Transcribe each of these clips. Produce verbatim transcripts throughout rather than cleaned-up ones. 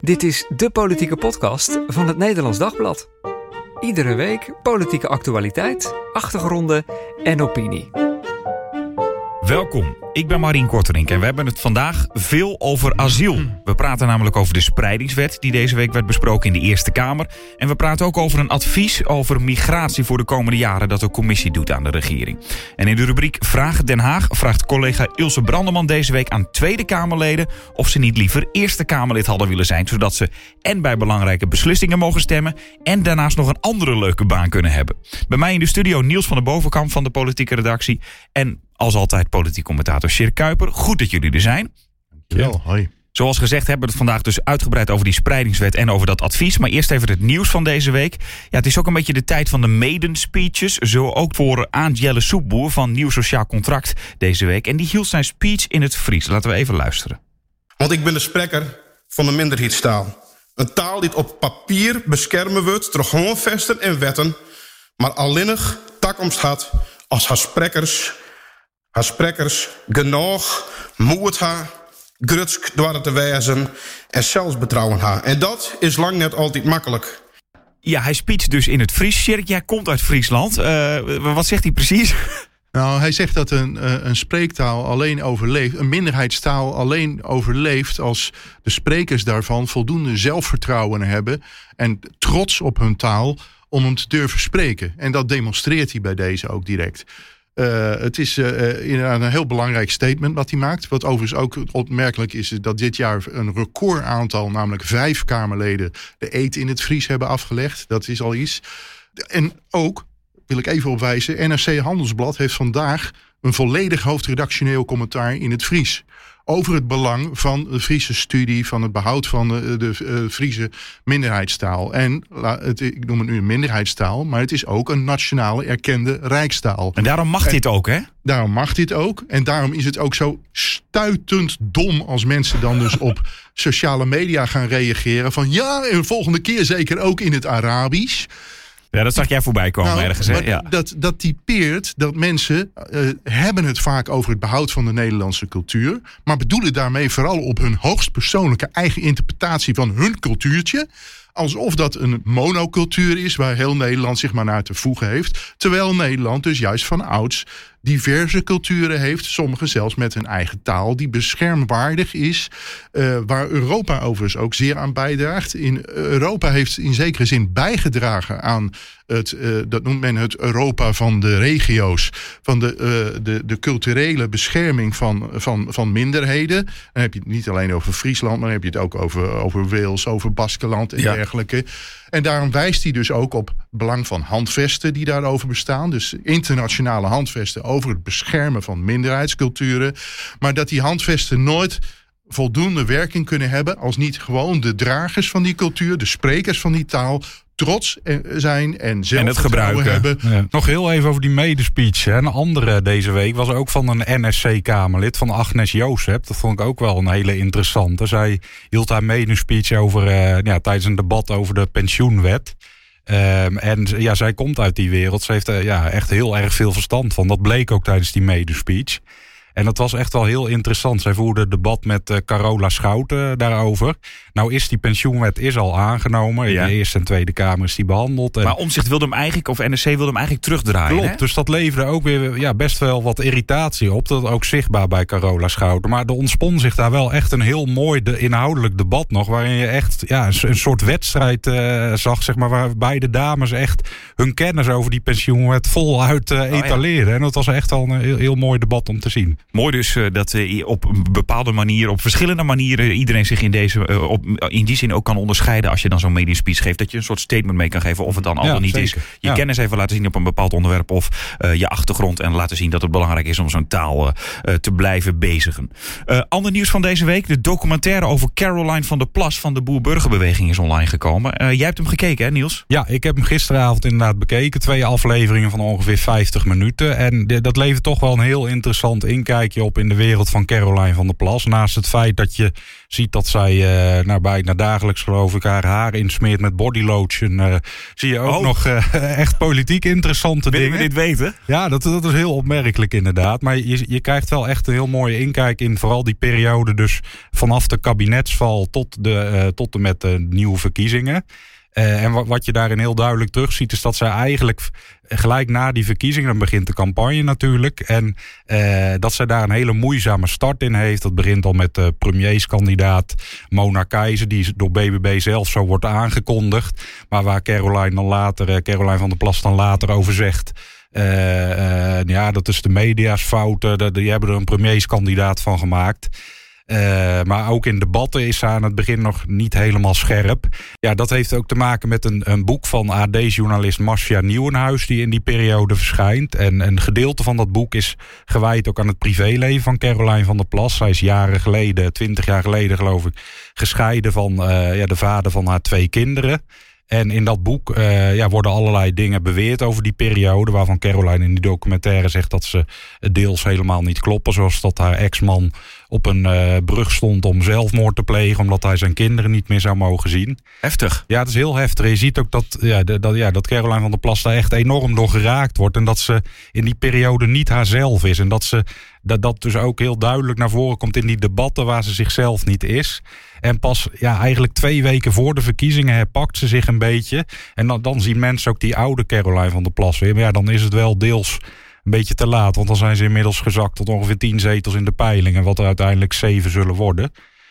Dit is de politieke podcast van het Nederlands Dagblad. Iedere week politieke actualiteit, achtergronden en opinie. Welkom, ik ben Marien Korterink en we hebben het vandaag veel over asiel. We praten namelijk over de spreidingswet die deze week werd besproken in de Eerste Kamer. En we praten ook over een advies over migratie voor de komende jaren dat de commissie doet aan de regering. En in de rubriek Vragen Den Haag vraagt collega Ilse Brandeman deze week aan Tweede Kamerleden of ze niet liever Eerste Kamerlid hadden willen zijn, zodat ze en bij belangrijke beslissingen mogen stemmen en daarnaast nog een andere leuke baan kunnen hebben. Bij mij in de studio Niels van der Bovenkamp van de politieke redactie en als altijd politiek commentator Sjerk Kuiper. Goed dat jullie er zijn. Dankjewel, hoi. Zoals gezegd hebben we het vandaag dus uitgebreid over die spreidingswet en over dat advies. Maar eerst even het nieuws van deze week. Ja, het is ook een beetje de tijd van de maiden speeches. Zo ook voor Aantjelle Soepboer van Nieuw Sociaal Contract deze week. En die hield zijn speech in het Fries. Laten we even luisteren. Want ik ben de spreker van de minderheidstaal. Een taal die op papier beschermen wordt door grondvesten en wetten, maar alleenig toekomst had als haar sprekers... haar sprekers genoeg moed haar, grutsk door te wijzen en zelfs betrouwen haar. En dat is lang net altijd makkelijk. Ja, hij speecht dus in het Fries. Sjerk, jij komt uit Friesland. Uh, wat zegt hij precies? Nou, hij zegt dat een, uh, een spreektaal alleen overleeft, een minderheidstaal alleen overleeft als de sprekers daarvan voldoende zelfvertrouwen hebben en trots op hun taal om hem te durven spreken. En dat demonstreert hij bij deze ook direct. Uh, het is uh, inderdaad een heel belangrijk statement wat hij maakt. Wat overigens ook opmerkelijk is, is dat dit jaar een record aantal, namelijk vijf Kamerleden, de eed in het Fries hebben afgelegd. Dat is al iets. En ook, wil ik even opwijzen, N R C Handelsblad heeft vandaag een volledig hoofdredactioneel commentaar in het Fries over het belang van de Friese studie, van het behoud van de, de uh, Friese minderheidstaal. En la, het, ik noem het nu een minderheidstaal, maar het is ook een nationale erkende rijkstaal. En daarom mag en, dit ook, hè? Daarom mag dit ook. En daarom is het ook zo stuitend dom als mensen dan dus op sociale media gaan reageren van ja, en de volgende keer zeker ook in het Arabisch. Ja, dat zag jij voorbij komen nou, ergens. Hè? Ja. Dat, dat typeert dat mensen uh, hebben het vaak over het behoud van de Nederlandse cultuur, maar bedoelen daarmee vooral op hun hoogst persoonlijke eigen interpretatie van hun cultuurtje. Alsof dat een monocultuur is waar heel Nederland zich maar naar te voegen heeft. Terwijl Nederland dus juist van ouds diverse culturen heeft. Sommige zelfs met een eigen taal die beschermwaardig is. Uh, waar Europa overigens ook zeer aan bijdraagt. In Europa heeft in zekere zin bijgedragen aan het, uh, dat noemt men het Europa van de regio's. Van de, uh, de, de culturele bescherming van, van, van minderheden. Dan heb je het niet alleen over Friesland, maar dan heb je het ook over, over Wales, over Baskeland en ja. dergelijke. En daarom wijst hij dus ook op het belang van handvesten die daarover bestaan. Dus internationale handvesten over het beschermen van minderheidsculturen. Maar dat die handvesten nooit voldoende werking kunnen hebben als niet gewoon de dragers van die cultuur, de sprekers van die taal, trots zijn en zelfvertrouwen hebben. Ja. Nog heel even over die medespeech. Hè. Een andere deze week was ook van een N S C-Kamerlid, van Agnes Jozef. Dat vond ik ook wel een hele interessante. Zij hield haar medespeech over, uh, ja, tijdens een debat over de pensioenwet. Um, en ja, zij komt uit die wereld. Ze heeft uh, ja, echt heel erg veel verstand van. Dat bleek ook tijdens die medespeech. En dat was echt wel heel interessant. Zij voerde het debat met uh, Carola Schouten uh, daarover. Nou is die pensioenwet is al aangenomen. In ja. de Eerste en Tweede Kamer is die behandeld. En maar Omtzigt wilde hem eigenlijk, of N R C wilde hem eigenlijk terugdraaien. Klopt, hè? Dus dat leverde ook weer ja, best wel wat irritatie op. Dat ook zichtbaar bij Carola Schouten. Maar er ontspon zich daar wel echt een heel mooi de, inhoudelijk debat nog. Waarin je echt ja, een, een soort wedstrijd uh, zag, zeg maar, waar beide dames echt hun kennis over die pensioenwet voluit uh, etaleerden. Oh, ja. En dat was echt wel een heel, heel mooi debat om te zien. Mooi dus uh, dat uh, op een bepaalde manier, op verschillende manieren, iedereen zich in deze uh, op, in die zin ook kan onderscheiden als je dan zo'n mediaspeech geeft. Dat je een soort statement mee kan geven of het dan al ja, niet zeker. is. Je ja. kennis even laten zien op een bepaald onderwerp of uh, je achtergrond en laten zien dat het belangrijk is om zo'n taal uh, uh, te blijven bezigen. Uh, ander nieuws van deze week. De documentaire over Caroline van der Plas van de Boer-Burgerbeweging is online gekomen. Uh, jij hebt hem gekeken, hè Niels? Ja, ik heb hem gisteravond inderdaad bekeken. Twee afleveringen van ongeveer vijftig minuten. En de, dat levert toch wel een heel interessant inkijk inkijkje op in de wereld van Caroline van der Plas. Naast het feit dat je ziet dat zij uh, naar bijna dagelijks, geloof ik, haar haar insmeert met bodylotion. Uh, zie je ook oh. nog uh, echt politiek interessante Willen dingen. we dit weten? Ja, dat, dat is heel opmerkelijk inderdaad. Maar je, je krijgt wel echt een heel mooie inkijk in vooral die periode. Dus vanaf de kabinetsval tot, de, uh, tot en met de nieuwe verkiezingen. Uh, en wat, wat je daarin heel duidelijk terugziet is dat zij eigenlijk gelijk na die verkiezingen, dan begint de campagne natuurlijk. En uh, dat zij daar een hele moeizame start in heeft. Dat begint al met de premierskandidaat Mona Keizer, die door B B B zelf zo wordt aangekondigd. Maar waar Caroline dan later, uh, Caroline van der Plas dan later over zegt. Uh, uh, ja, dat is de media's fouten. Die hebben er een premierskandidaat van gemaakt. Uh, maar ook in debatten is ze aan het begin nog niet helemaal scherp. Ja, dat heeft ook te maken met een, een boek van A D-journalist Marcia Nieuwenhuis, die in die periode verschijnt. En een gedeelte van dat boek is gewijd ook aan het privéleven van Caroline van der Plas. Zij is jaren geleden, twintig jaar geleden geloof ik, gescheiden van uh, ja, de vader van haar twee kinderen. En in dat boek uh, ja, worden allerlei dingen beweerd over die periode, waarvan Caroline in die documentaire zegt dat ze deels helemaal niet kloppen. Zoals dat haar ex-man op een uh, brug stond om zelfmoord te plegen, omdat hij zijn kinderen niet meer zou mogen zien. Heftig. Ja, het is heel heftig. Je ziet ook dat, ja, de, dat, ja, dat Caroline van der Plas daar echt enorm door geraakt wordt. En dat ze in die periode niet haarzelf is. En dat ze dat, dat dus ook heel duidelijk naar voren komt in die debatten waar ze zichzelf niet is. En pas ja, eigenlijk twee weken voor de verkiezingen herpakt ze zich een beetje. En dan, dan zien mensen ook die oude Caroline van der Plas weer. Maar ja, dan is het wel deels een beetje te laat. Want dan zijn ze inmiddels gezakt tot ongeveer tien zetels in de peilingen. Wat er uiteindelijk zeven zullen worden.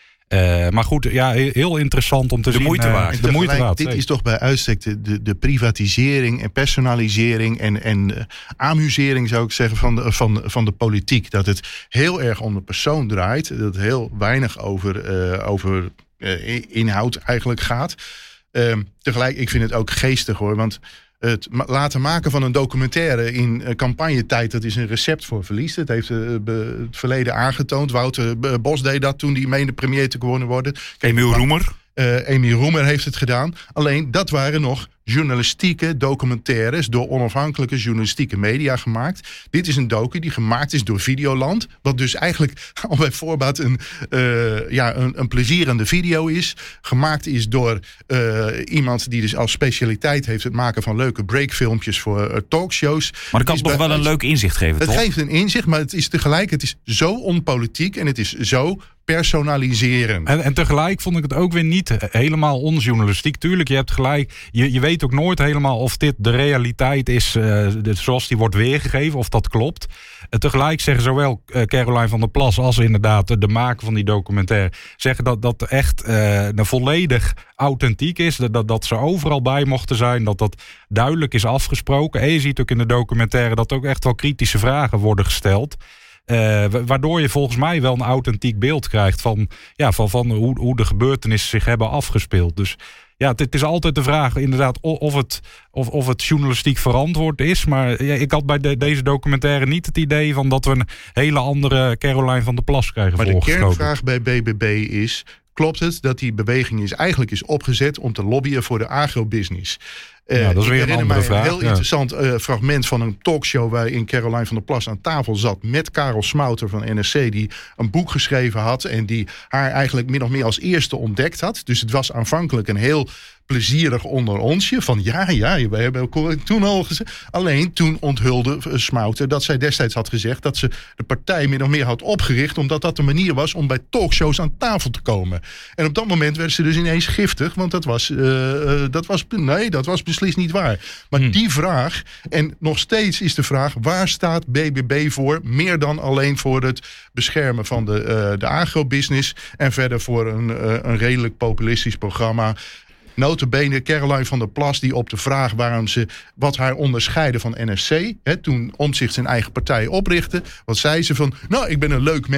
Uh, maar goed, ja, heel interessant om te de zien. Moeite waard. En de moeite waard. Dit is toch bij uitstek de, de, de privatisering en personalisering en, en uh, amusering, zou ik zeggen, van de, van, van de politiek. Dat het heel erg om de persoon draait. Dat het heel weinig over, uh, over uh, inhoud eigenlijk gaat. Uh, tegelijk, ik vind het ook geestig hoor, want het laten maken van een documentaire in campagnetijd, dat is een recept voor verlies. Dat heeft het verleden aangetoond. Wouter Bos deed dat toen hij meende premier te kunnen worden. Emiel Roemer. Uh, Emiel Roemer heeft het gedaan. Alleen, dat waren nog journalistieke documentaires door onafhankelijke journalistieke media gemaakt. Dit is een docu die gemaakt is door Videoland. Wat dus eigenlijk al bij voorbaat een, uh, ja, een, een plezierende video is. Gemaakt is door uh, iemand die dus als specialiteit heeft het maken van leuke breakfilmpjes voor uh, talkshows. Maar dat kan toch wel een leuk inzicht geven, Het toch? geeft een inzicht, maar het is tegelijk, het is zo onpolitiek en het is zo personaliseren. En, en tegelijk vond ik het ook weer niet helemaal onjournalistiek. Tuurlijk, je hebt gelijk. Je, je weet ook nooit helemaal of dit de realiteit is uh, de, zoals die wordt weergegeven, of dat klopt. Uh, tegelijk zeggen zowel uh, Caroline van der Plas als inderdaad uh, de maker van die documentaire zeggen dat dat echt uh, volledig authentiek is. Dat, dat, dat ze overal bij mochten zijn. Dat dat duidelijk is afgesproken. En je ziet ook in de documentaire dat ook echt wel kritische vragen worden gesteld. Uh, waardoor je volgens mij wel een authentiek beeld krijgt van, ja, van, van hoe, hoe de gebeurtenissen zich hebben afgespeeld. Dus ja, het, het is altijd de vraag inderdaad of het, of, of het journalistiek verantwoord is. Maar ja, ik had bij de, deze documentaire niet het idee van dat we een hele andere Caroline van der Plas krijgen maar voorgeschoten. Maar de kernvraag bij B B B is, klopt het dat die beweging is eigenlijk is opgezet om te lobbyen voor de agrobusiness? Uh, ja, dat is weer ik een herinner andere mij vraag. een heel ja. interessant uh, fragment van een talkshow waarin Caroline van der Plas aan tafel zat met Karel Smouter van N R C, die een boek geschreven had en die haar eigenlijk min of meer als eerste ontdekt had. Dus het was aanvankelijk een heel plezierig onder onsje. Van ja, ja, we hebben toen al gezegd. Alleen toen onthulde Smouter dat zij destijds had gezegd dat ze de partij min of meer had opgericht, omdat dat de manier was om bij talkshows aan tafel te komen. En op dat moment werd ze dus ineens giftig, want dat was, uh, uh, dat was, nee, dat was beslist niet waar. Maar hmm. die vraag, en nog steeds is de vraag, waar staat B B B voor? Meer dan alleen voor het beschermen van de, uh, de agrobusiness en verder voor een, uh, een redelijk populistisch programma. Notabene Caroline van der Plas die op de vraag waarom ze wat haar onderscheiden van N S C, hè, toen Omtzigt zijn eigen partij oprichtte, wat zei ze van, nou, ik ben een leuk mens.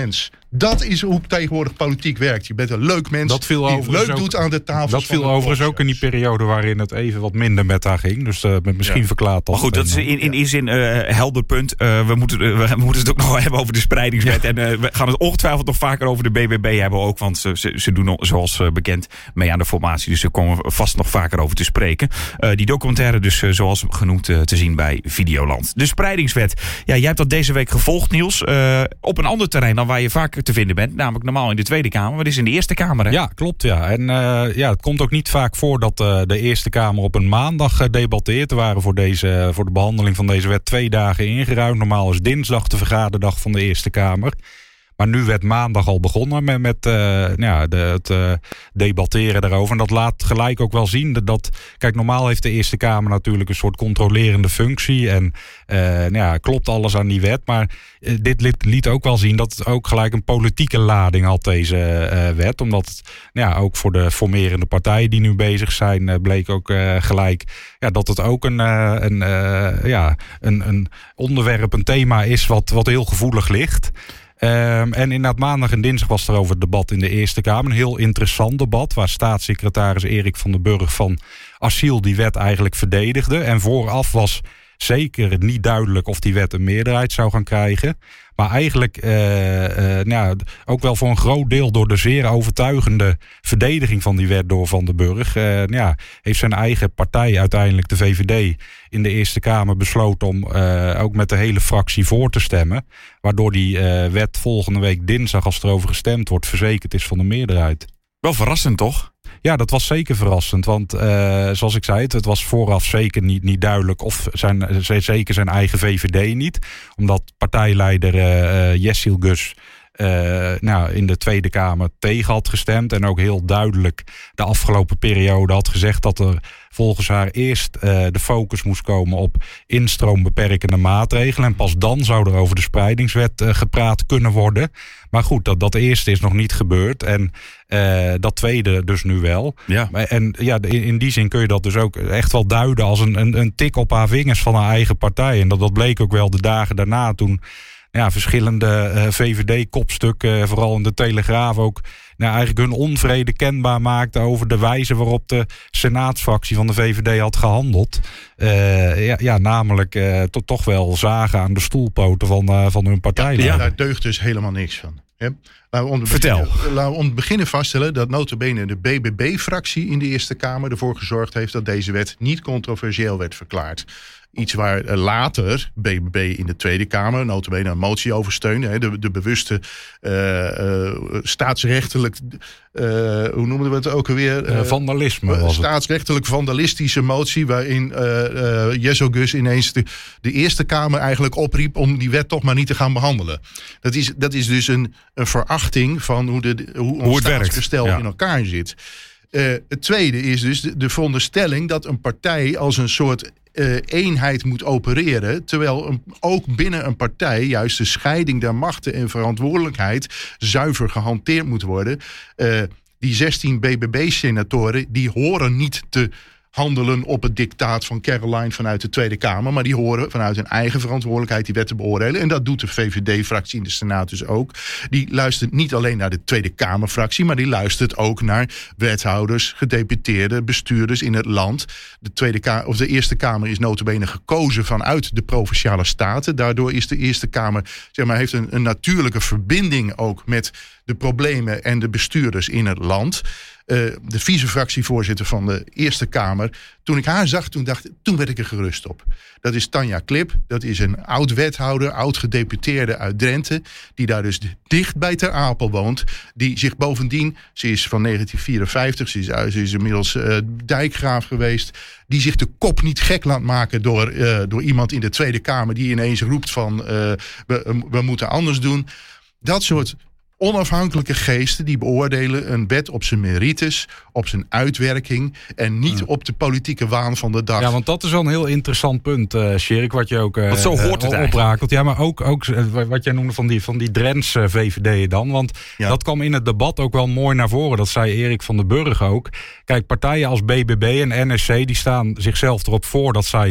Dat is hoe tegenwoordig politiek werkt. Je bent een leuk mens dat viel die leuk ook, doet aan de tafel. Dat viel overigens ook in die periode waarin het even wat minder met haar ging. Dus uh, misschien ja. verklaart dat. Maar goed, dat is in, in die zin uh, helder punt. Uh, we, moeten, uh, we moeten het ook nog hebben over de spreidingswet. Ja. En uh, we gaan het ongetwijfeld nog vaker over de B B B hebben ook. Want ze, ze, ze doen zoals uh, bekend mee aan de formatie. Dus er komen vast nog vaker over te spreken. Uh, die documentaire dus uh, zoals genoemd uh, te zien bij Videoland. De spreidingswet. Ja, jij hebt dat deze week gevolgd, Niels. Uh, op een ander terrein dan waar je vaak te vinden bent. Namelijk normaal in de Tweede Kamer. Maar dit is in de Eerste Kamer, hè? Ja, klopt, ja. En uh, ja, het komt ook niet vaak voor dat uh, de Eerste Kamer op een maandag uh, debatteert. Er waren voor, deze, voor de behandeling van deze wet twee dagen ingeruimd. Normaal is dinsdag de vergaderdag van de Eerste Kamer. Maar nu werd maandag al begonnen met, met uh, ja, de, het uh, debatteren daarover. En dat laat gelijk ook wel zien dat... Kijk, normaal heeft de Eerste Kamer natuurlijk een soort controlerende functie. En uh, nou ja, klopt alles aan die wet. Maar uh, dit liet, liet ook wel zien dat het ook gelijk een politieke lading had, deze uh, wet. Omdat het nou ja, ook voor de formerende partijen die nu bezig zijn... Uh, bleek ook uh, gelijk ja, dat het ook een, uh, een, uh, ja, een, een onderwerp, een thema is wat, wat heel gevoelig ligt... Um, en inderdaad maandag en dinsdag was er over het debat in de Eerste Kamer. Een heel interessant debat waar staatssecretaris Erik van den Burg van Asiel die wet eigenlijk verdedigde. En vooraf was zeker niet duidelijk of die wet een meerderheid zou gaan krijgen. Maar eigenlijk uh, uh, nou, ook wel voor een groot deel door de zeer overtuigende verdediging van die wet door Van den Burg. Uh, nou ja, heeft zijn eigen partij uiteindelijk, de V V D, in de Eerste Kamer besloten om uh, ook met de hele fractie voor te stemmen. Waardoor die uh, wet volgende week dinsdag, als er over gestemd wordt, verzekerd is van de meerderheid. Wel verrassend, toch? Ja, dat was zeker verrassend. Want uh, zoals ik zei, het, het was vooraf zeker niet, niet duidelijk... of zijn, zeker zijn eigen V V D niet. Omdat partijleider uh, Yessil Gus... Uh, nou, in de Tweede Kamer tegen had gestemd. En ook heel duidelijk de afgelopen periode had gezegd... dat er volgens haar eerst uh, de focus moest komen op instroombeperkende maatregelen. En pas dan zou er over de spreidingswet uh, gepraat kunnen worden. Maar goed, dat, dat eerste is nog niet gebeurd. En uh, dat tweede dus nu wel. Ja. En ja, in, in die zin kun je dat dus ook echt wel duiden... als een, een, een tik op haar vingers van haar eigen partij. En dat, dat bleek ook wel de dagen daarna toen... Ja, verschillende uh, V V D-kopstukken, uh, vooral in de Telegraaf ook... Nou, eigenlijk hun onvrede kenbaar maakten over de wijze waarop de senaatsfractie van de V V D had gehandeld. Uh, ja, ja, namelijk uh, to, toch wel zagen aan de stoelpoten van, uh, van hun partij. Ja, ja, daar deugt dus helemaal niks van. Ja? Laten we Vertel. Beginnen, laten we om het beginnen vaststellen dat nota bene de B B B-fractie in de Eerste Kamer ervoor gezorgd heeft dat deze wet niet controversieel werd verklaard. Iets waar later B B B in de Tweede Kamer nota bene een motie over steunde. De, de bewuste uh, uh, staatsrechtelijk, uh, hoe noemen we het ook alweer? Uh, vandalisme was het. Staatsrechtelijk vandalistische motie waarin uh, uh, Yessil Gus ineens de, de Eerste Kamer eigenlijk opriep om die wet toch maar niet te gaan behandelen. Dat is, dat is dus een, een verachting van hoe, de, hoe ons staatsgestel ja. in elkaar zit. Uh, het tweede is dus de, de veronderstelling dat een partij als een soort uh, eenheid moet opereren, terwijl een, ook binnen een partij juist de scheiding der machten en verantwoordelijkheid zuiver gehanteerd moet worden. Uh, die zestien B B B-senatoren die horen niet te handelen op het dictaat van Caroline vanuit de Tweede Kamer, maar die horen vanuit hun eigen verantwoordelijkheid die wet te beoordelen. En dat doet de V V D-fractie in de Senaat dus ook. Die luistert niet alleen naar de Tweede Kamer-fractie, maar die luistert ook naar wethouders, gedeputeerden, bestuurders in het land. De, Tweede Kamer, of de Eerste Kamer is nota bene gekozen vanuit de Provinciale Staten. Daardoor is de Eerste Kamer, zeg maar, heeft een, een natuurlijke verbinding ook met de problemen en de bestuurders in het land. Uh, de vice-fractievoorzitter van de Eerste Kamer. Toen ik haar zag, toen, dacht, toen werd ik er gerust op. Dat is Tanja Klip. Dat is een oud-wethouder, oud-gedeputeerde uit Drenthe. Die daar dus dicht bij Ter Apel woont. Die zich bovendien, ze is van negentien vierenvijftig. Ze is, ze is inmiddels uh, dijkgraaf geweest. Die zich de kop niet gek laat maken door, uh, door iemand in de Tweede Kamer. Die ineens roept van uh, we, we moeten anders doen. Dat soort onafhankelijke geesten die beoordelen een wet op zijn merites, op zijn uitwerking en niet op de politieke waan van de dag. Ja, want dat is wel een heel interessant punt, uh, Sjerik, wat je ook uh, want zo hoort het uh, oprakelt. Ja, maar ook, ook uh, wat jij noemde van die, van die Drentse V V D'en dan. Want ja. dat kwam in het debat ook wel mooi naar voren. Dat zei Erik van den Burg ook. Kijk, partijen als B B B en N S C die staan zichzelf erop voor dat zij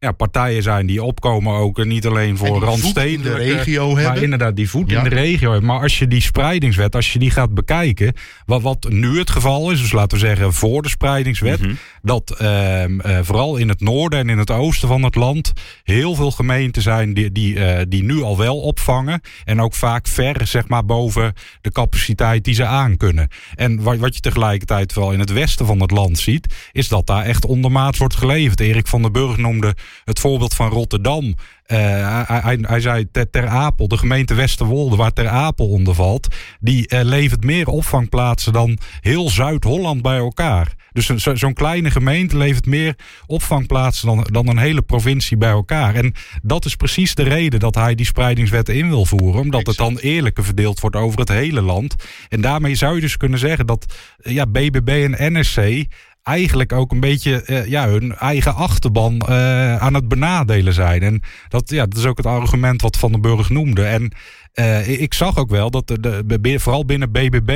ja, partijen zijn die opkomen ook uh, niet alleen voor randstedelijke... in de regio maar hebben. inderdaad, die voet ja. in de regio hebben. Maar als je die spreidingswet, als je die gaat bekijken... wat, wat nu het geval is, dus laten we zeggen voor de spreidingswet... Mm-hmm. dat uh, uh, vooral in het noorden en in het oosten van het land... heel veel gemeenten zijn die, die, uh, die nu al wel opvangen... en ook vaak ver, zeg maar, boven de capaciteit die ze aankunnen. En wat, wat je tegelijkertijd wel in het westen van het land ziet... is dat daar echt ondermaats wordt geleverd. Erik van den Burg noemde het voorbeeld van Rotterdam... Uh, hij, hij, hij zei ter, ter Apel, de gemeente Westerwolde, waar Ter Apel onder valt... die uh, levert meer opvangplaatsen dan heel Zuid-Holland bij elkaar. Dus zo, zo'n kleine gemeente levert meer opvangplaatsen dan, dan een hele provincie bij elkaar. En dat is precies de reden dat hij die spreidingswet in wil voeren. Omdat exact. Het dan eerlijker verdeeld wordt over het hele land. En daarmee zou je dus kunnen zeggen dat ja, B B B en N S C... eigenlijk ook een beetje uh, ja, hun eigen achterban uh, aan het benadelen zijn. En dat, ja, dat is ook het argument wat Van den Burg noemde. En uh, ik zag ook wel dat de, de, vooral binnen B B B...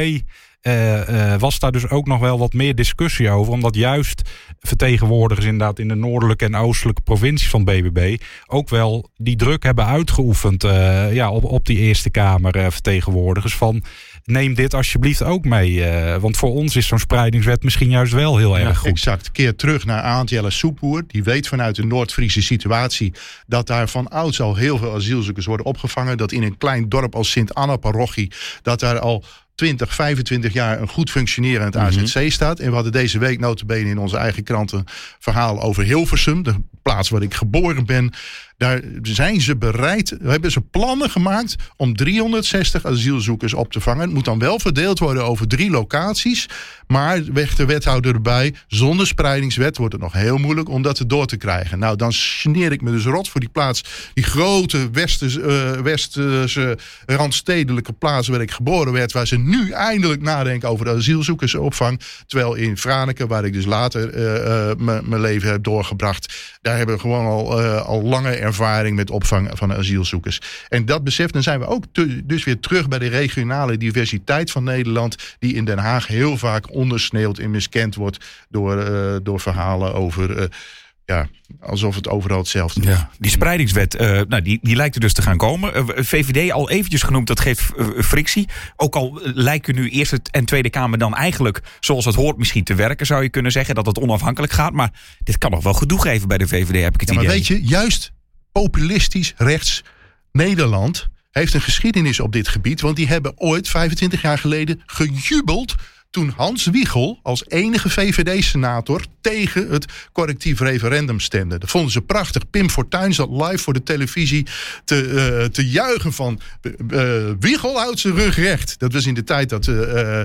Uh, uh, was daar dus ook nog wel wat meer discussie over. Omdat juist vertegenwoordigers inderdaad in de noordelijke en oostelijke provincies van B B B... ook wel die druk hebben uitgeoefend uh, ja, op, op die Eerste Kamer uh, vertegenwoordigers van... neem dit alsjeblieft ook mee. Uh, want voor ons is zo'n spreidingswet misschien juist wel heel erg ja, goed. Exact. Keer terug naar Aantjelle Soepoer. Die weet vanuit de Noord-Friese situatie... dat daar van ouds al heel veel asielzoekers worden opgevangen. Dat in een klein dorp als Sint-Anna-parochie... dat daar al twintig, vijfentwintig jaar een goed functionerend A Z C mm-hmm. staat. En we hadden deze week nota bene in onze eigen krant... een verhaal over Hilversum, de plaats waar ik geboren ben... Daar zijn ze bereid, hebben ze plannen gemaakt om driehonderdzestig asielzoekers op te vangen. Het moet dan wel verdeeld worden over drie locaties. Maar weg de wethouder erbij, zonder spreidingswet wordt het nog heel moeilijk om dat door te krijgen. Nou, dan sneer ik me dus rot voor die plaats. Die grote westerse, uh, westerse randstedelijke plaats waar ik geboren werd. Waar ze nu eindelijk nadenken over de asielzoekersopvang. Terwijl in Franeker, waar ik dus later uh, uh, mijn leven heb doorgebracht. Daar hebben we gewoon al, uh, al lange ervaring met opvang van asielzoekers. En dat besef, dan zijn we ook te, dus weer terug bij de regionale diversiteit van Nederland, die in Den Haag heel vaak ondersneeuwd en miskend wordt door, uh, door verhalen over... Uh, ja, alsof het overal hetzelfde is. Ja, die spreidingswet, uh, nou, die, die lijkt er dus te gaan komen. Uh, V V D al eventjes genoemd, dat geeft uh, frictie. Ook al uh, lijken nu Eerste en Tweede Kamer dan eigenlijk, zoals het hoort, misschien te werken, zou je kunnen zeggen, dat het onafhankelijk gaat. Maar dit kan nog wel gedoe geven bij de V V D, heb ik het ja, idee. Maar weet je, juist populistisch rechts Nederland heeft een geschiedenis op dit gebied. Want die hebben ooit, vijfentwintig jaar geleden, gejubeld toen Hans Wiegel als enige V V D-senator tegen het correctief referendum stemde. Dat vonden ze prachtig. Pim Fortuyn zat live voor de televisie te, uh, te juichen van uh, Wiegel houdt zijn rug recht. Dat was in de tijd dat uh, uh,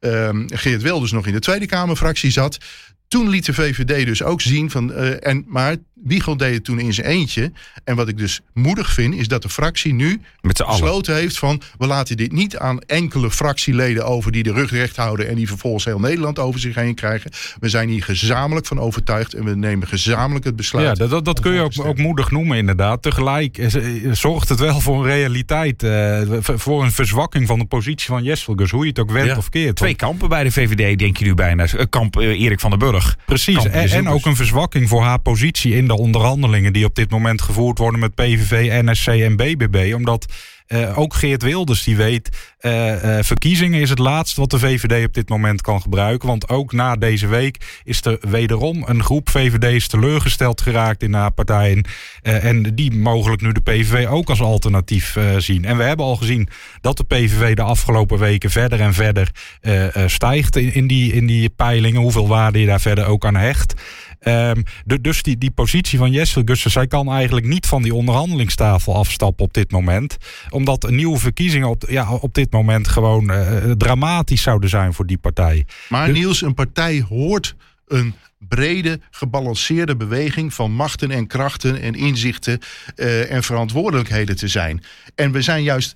Geert Wilders nog in de Tweede Kamerfractie zat. Toen liet de V V D dus ook zien van... Uh, en, maar Wiegel deed het toen in zijn eentje. En wat ik dus moedig vind, is dat de fractie nu besloten heeft van... we laten dit niet aan enkele fractieleden over die de rug recht houden... en die vervolgens heel Nederland over zich heen krijgen. We zijn hier gezamenlijk van overtuigd en we nemen gezamenlijk het besluit. Ja, dat, dat, dat kun je ook, ook moedig noemen inderdaad. Tegelijk uh, zorgt het wel voor een realiteit. Uh, voor een verzwakking van de positie van Jesselgus. Hoe je het ook wendt ja. of keert. Twee kampen bij de V V D, denk je nu bijna. Kamp uh, Erik van den Burg. Precies, en, en ook een verzwakking voor haar positie in de onderhandelingen die op dit moment gevoerd worden met P V V, N S C en B B B. Omdat uh, ook Geert Wilders die weet, uh, uh, verkiezingen is het laatste wat de V V D op dit moment kan gebruiken. Want ook na deze week is er wederom een groep V V D's teleurgesteld geraakt in haar partijen. Uh, en die mogelijk nu de P V V ook als alternatief uh, zien. En we hebben al gezien dat de P V V de afgelopen weken verder en verder uh, uh, stijgt in, in, die, in die peilingen. Hoeveel waarde je daar verder ook aan hecht. Um, de, dus die, die positie van Jesselgus, zij kan eigenlijk niet van die onderhandelingstafel afstappen op dit moment. Omdat nieuwe verkiezingen op, ja, op dit moment gewoon uh, dramatisch zouden zijn voor die partij. Maar de, Niels, een partij hoort een brede, gebalanceerde beweging van machten en krachten en inzichten uh, en verantwoordelijkheden te zijn. En we zijn juist...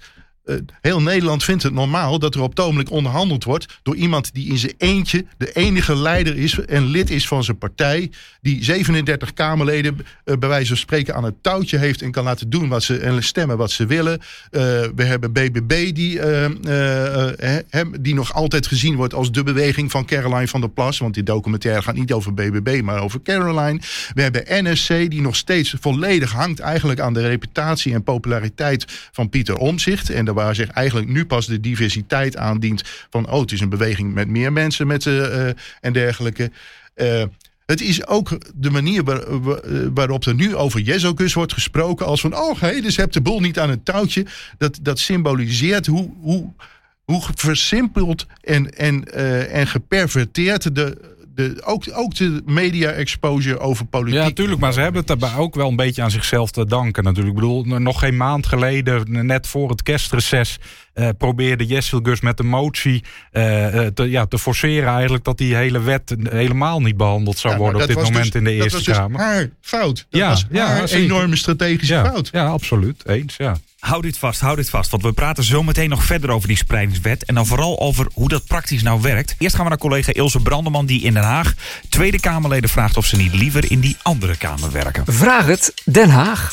Uh, heel Nederland vindt het normaal dat er op het ogenblik onderhandeld wordt door iemand die in zijn eentje de enige leider is en lid is van zijn partij, die zevenendertig Kamerleden uh, bij wijze van spreken aan het touwtje heeft en kan laten doen wat ze en stemmen wat ze willen. Uh, we hebben B B B die, uh, uh, uh, he, die nog altijd gezien wordt als de beweging van Caroline van der Plas, want die documentaire gaat niet over B B B, maar over Caroline. We hebben N S C die nog steeds volledig hangt eigenlijk aan de reputatie en populariteit van Pieter Omtzigt. En waar zich eigenlijk nu pas de diversiteit aandient van, oh, het is een beweging met meer mensen met, uh, uh, en dergelijke. Uh, het is ook de manier waar, waarop er nu over Jezokus wordt gesproken als van, oh, hey, dus heb de boel niet aan het touwtje. Dat, dat symboliseert hoe, hoe, hoe versimpeld en, en, uh, en geperverteerd de... De, ook, ook de media-exposure over politiek. Ja, tuurlijk, maar ze hebben het daarbij ook wel een beetje aan zichzelf te danken natuurlijk. Ik bedoel, nog geen maand geleden, net voor het kerstreces, uh, probeerde Jesselgus met de motie uh, te, ja, te forceren eigenlijk dat die hele wet helemaal niet behandeld zou ja, worden op dit moment dus, in de Eerste dat was Kamer. Dus haar fout. Dat ja, was haar ja, enorme strategische ja, fout. Ja, absoluut. Eens, ja. Hou dit vast, hou dit vast. Want we praten zo meteen nog verder over die spreidingswet. En dan vooral over hoe dat praktisch nou werkt. Eerst gaan we naar collega Ilse Brandeman die in Den Haag Tweede Kamerleden vraagt of ze niet liever in die andere Kamer werken. Vraag het Den Haag.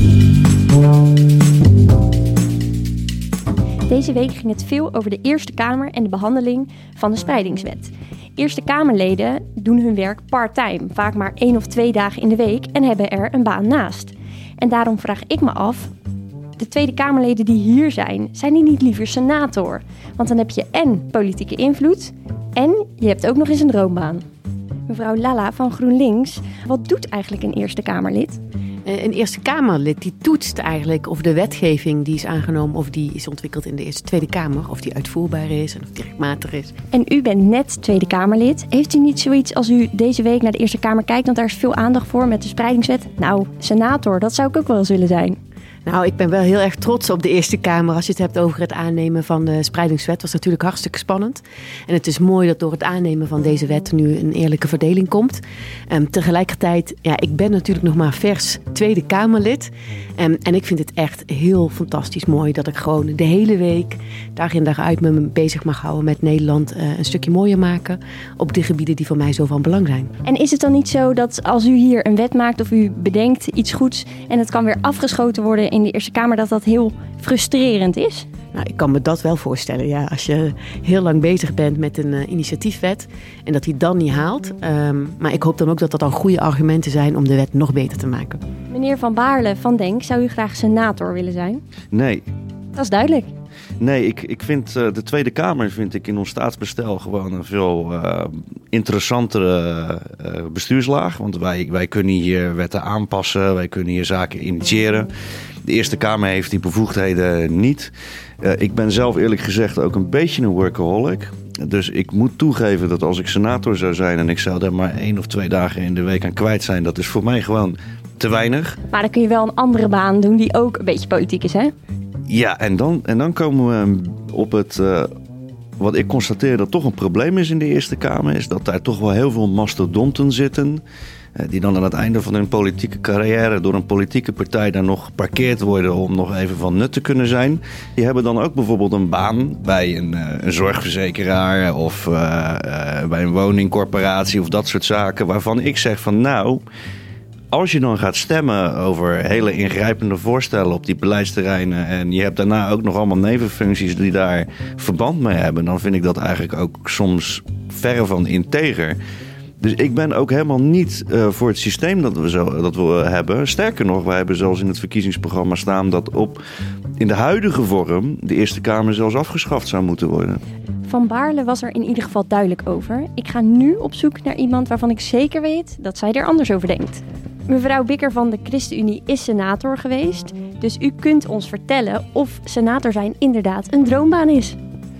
Deze week ging het veel over de Eerste Kamer en de behandeling van de spreidingswet. Eerste Kamerleden doen hun werk part-time, vaak maar één of twee dagen in de week en hebben er een baan naast. En daarom vraag ik me af, de Tweede Kamerleden die hier zijn, zijn die niet liever senator? Want dan heb je en politieke invloed en je hebt ook nog eens een droombaan. Mevrouw Lalla van GroenLinks, wat doet eigenlijk een Eerste Kamerlid? Een Eerste Kamerlid die toetst eigenlijk of de wetgeving die is aangenomen of die is ontwikkeld in de Eerste Tweede Kamer, of die uitvoerbaar is en of die rechtmatig is. En u bent net Tweede Kamerlid. Heeft u niet zoiets als u deze week naar de Eerste Kamer kijkt, want daar is veel aandacht voor met de spreidingswet? Nou, senator, dat zou ik ook wel eens willen zijn. Nou, ik ben wel heel erg trots op de Eerste Kamer. Als je het hebt over het aannemen van de spreidingswet, was natuurlijk hartstikke spannend. En het is mooi dat door het aannemen van deze wet nu een eerlijke verdeling komt. Um, tegelijkertijd, ja, ik ben natuurlijk nog maar vers Tweede Kamerlid. Um, en ik vind het echt heel fantastisch mooi dat ik gewoon de hele week dag in dag uit me bezig mag houden met Nederland uh, een stukje mooier maken op de gebieden die voor mij zo van belang zijn. En is het dan niet zo dat als u hier een wet maakt of u bedenkt iets goeds en het kan weer afgeschoten worden in de Eerste Kamer, dat dat heel frustrerend is? Nou, ik kan me dat wel voorstellen, ja. Als je heel lang bezig bent met een uh, initiatiefwet en dat die dan niet haalt. Um, maar ik hoop dan ook dat dat dan goede argumenten zijn om de wet nog beter te maken. Meneer Van Baarle van Denk, zou u graag senator willen zijn? Nee. Dat is duidelijk. Nee, ik, ik vind uh, de Tweede Kamer vind ik in ons staatsbestel gewoon een veel uh, interessantere uh, bestuurslaag. Want wij, wij kunnen hier wetten aanpassen, wij kunnen hier zaken initiëren. De Eerste Kamer heeft die bevoegdheden niet. Uh, ik ben zelf eerlijk gezegd ook een beetje een workaholic. Dus ik moet toegeven dat als ik senator zou zijn en ik zou er maar één of twee dagen in de week aan kwijt zijn, dat is voor mij gewoon te weinig. Maar dan kun je wel een andere baan doen die ook een beetje politiek is, hè? Ja, en dan, en dan komen we op het, uh, wat ik constateer dat toch een probleem is in de Eerste Kamer, is dat daar toch wel heel veel mastodonten zitten, uh, die dan aan het einde van hun politieke carrière door een politieke partij daar nog geparkeerd worden om nog even van nut te kunnen zijn. Die hebben dan ook bijvoorbeeld een baan bij een, uh, een zorgverzekeraar of uh, uh, bij een woningcorporatie of dat soort zaken, waarvan ik zeg van nou, als je dan gaat stemmen over hele ingrijpende voorstellen op die beleidsterreinen en je hebt daarna ook nog allemaal nevenfuncties die daar verband mee hebben, dan vind ik dat eigenlijk ook soms verre van integer. Dus ik ben ook helemaal niet uh, voor het systeem dat we, zo, dat we hebben. Sterker nog, wij hebben zelfs in het verkiezingsprogramma staan dat op in de huidige vorm de Eerste Kamer zelfs afgeschaft zou moeten worden. Van Baarle was er in ieder geval duidelijk over. Ik ga nu op zoek naar iemand waarvan ik zeker weet dat zij er anders over denkt. Mevrouw Bikker van de ChristenUnie is senator geweest. Dus u kunt ons vertellen of senator zijn inderdaad een droombaan is.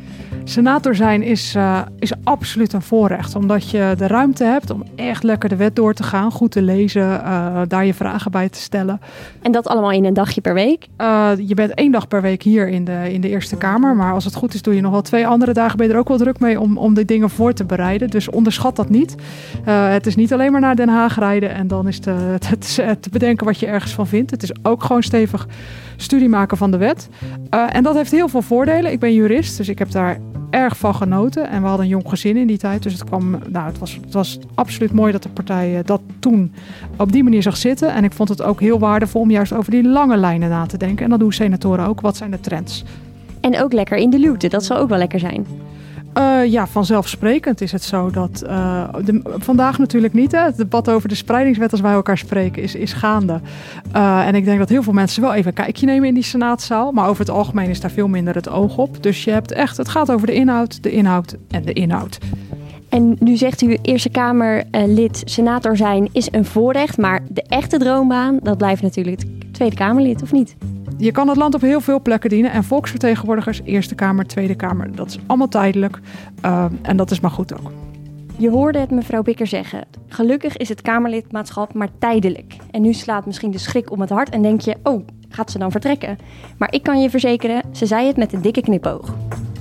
Senator zijn is, uh, is absoluut een voorrecht. Omdat je de ruimte hebt om echt lekker de wet door te gaan. Goed te lezen, uh, daar je vragen bij te stellen. En dat allemaal in een dagje per week? Uh, je bent één dag per week hier in de, in de Eerste Kamer. Maar als het goed is doe je nog wel twee andere dagen. Ben je er ook wel druk mee om, om de dingen voor te bereiden. Dus onderschat dat niet. Uh, het is niet alleen maar naar Den Haag rijden. En dan is te, het, het te bedenken wat je ergens van vindt. Het is ook gewoon stevig studie maken van de wet. Uh, en dat heeft heel veel voordelen. Ik ben jurist, dus ik heb daar erg van genoten. En we hadden een jong gezin in die tijd. Dus het, kwam, nou, het, was, het was absoluut mooi dat de partij dat toen op die manier zag zitten. En ik vond het ook heel waardevol om juist over die lange lijnen na te denken. En dat doen senatoren ook. Wat zijn de trends? En ook lekker in de luwte. Dat zal ook wel lekker zijn. Uh, ja, vanzelfsprekend is het zo dat uh, de, vandaag natuurlijk niet. Hè, het debat over de spreidingswet als wij elkaar spreken is, is gaande. Uh, en ik denk dat heel veel mensen wel even een kijkje nemen in die senaatzaal. Maar over het algemeen is daar veel minder het oog op. Dus je hebt echt, het gaat over de inhoud, de inhoud en de inhoud. En nu zegt u Eerste Kamerlid, senator zijn is een voorrecht. Maar de echte droombaan, dat blijft natuurlijk het Tweede Kamerlid, of niet? Je kan het land op heel veel plekken dienen. En volksvertegenwoordigers, Eerste Kamer, Tweede Kamer, dat is allemaal tijdelijk. Uh, en dat is maar goed ook. Je hoorde het mevrouw Bikker zeggen. Gelukkig is het Kamerlidmaatschap maar tijdelijk. En nu slaat misschien de schrik om het hart en denk je, oh, gaat ze dan vertrekken? Maar ik kan je verzekeren, ze zei het met een dikke knipoog.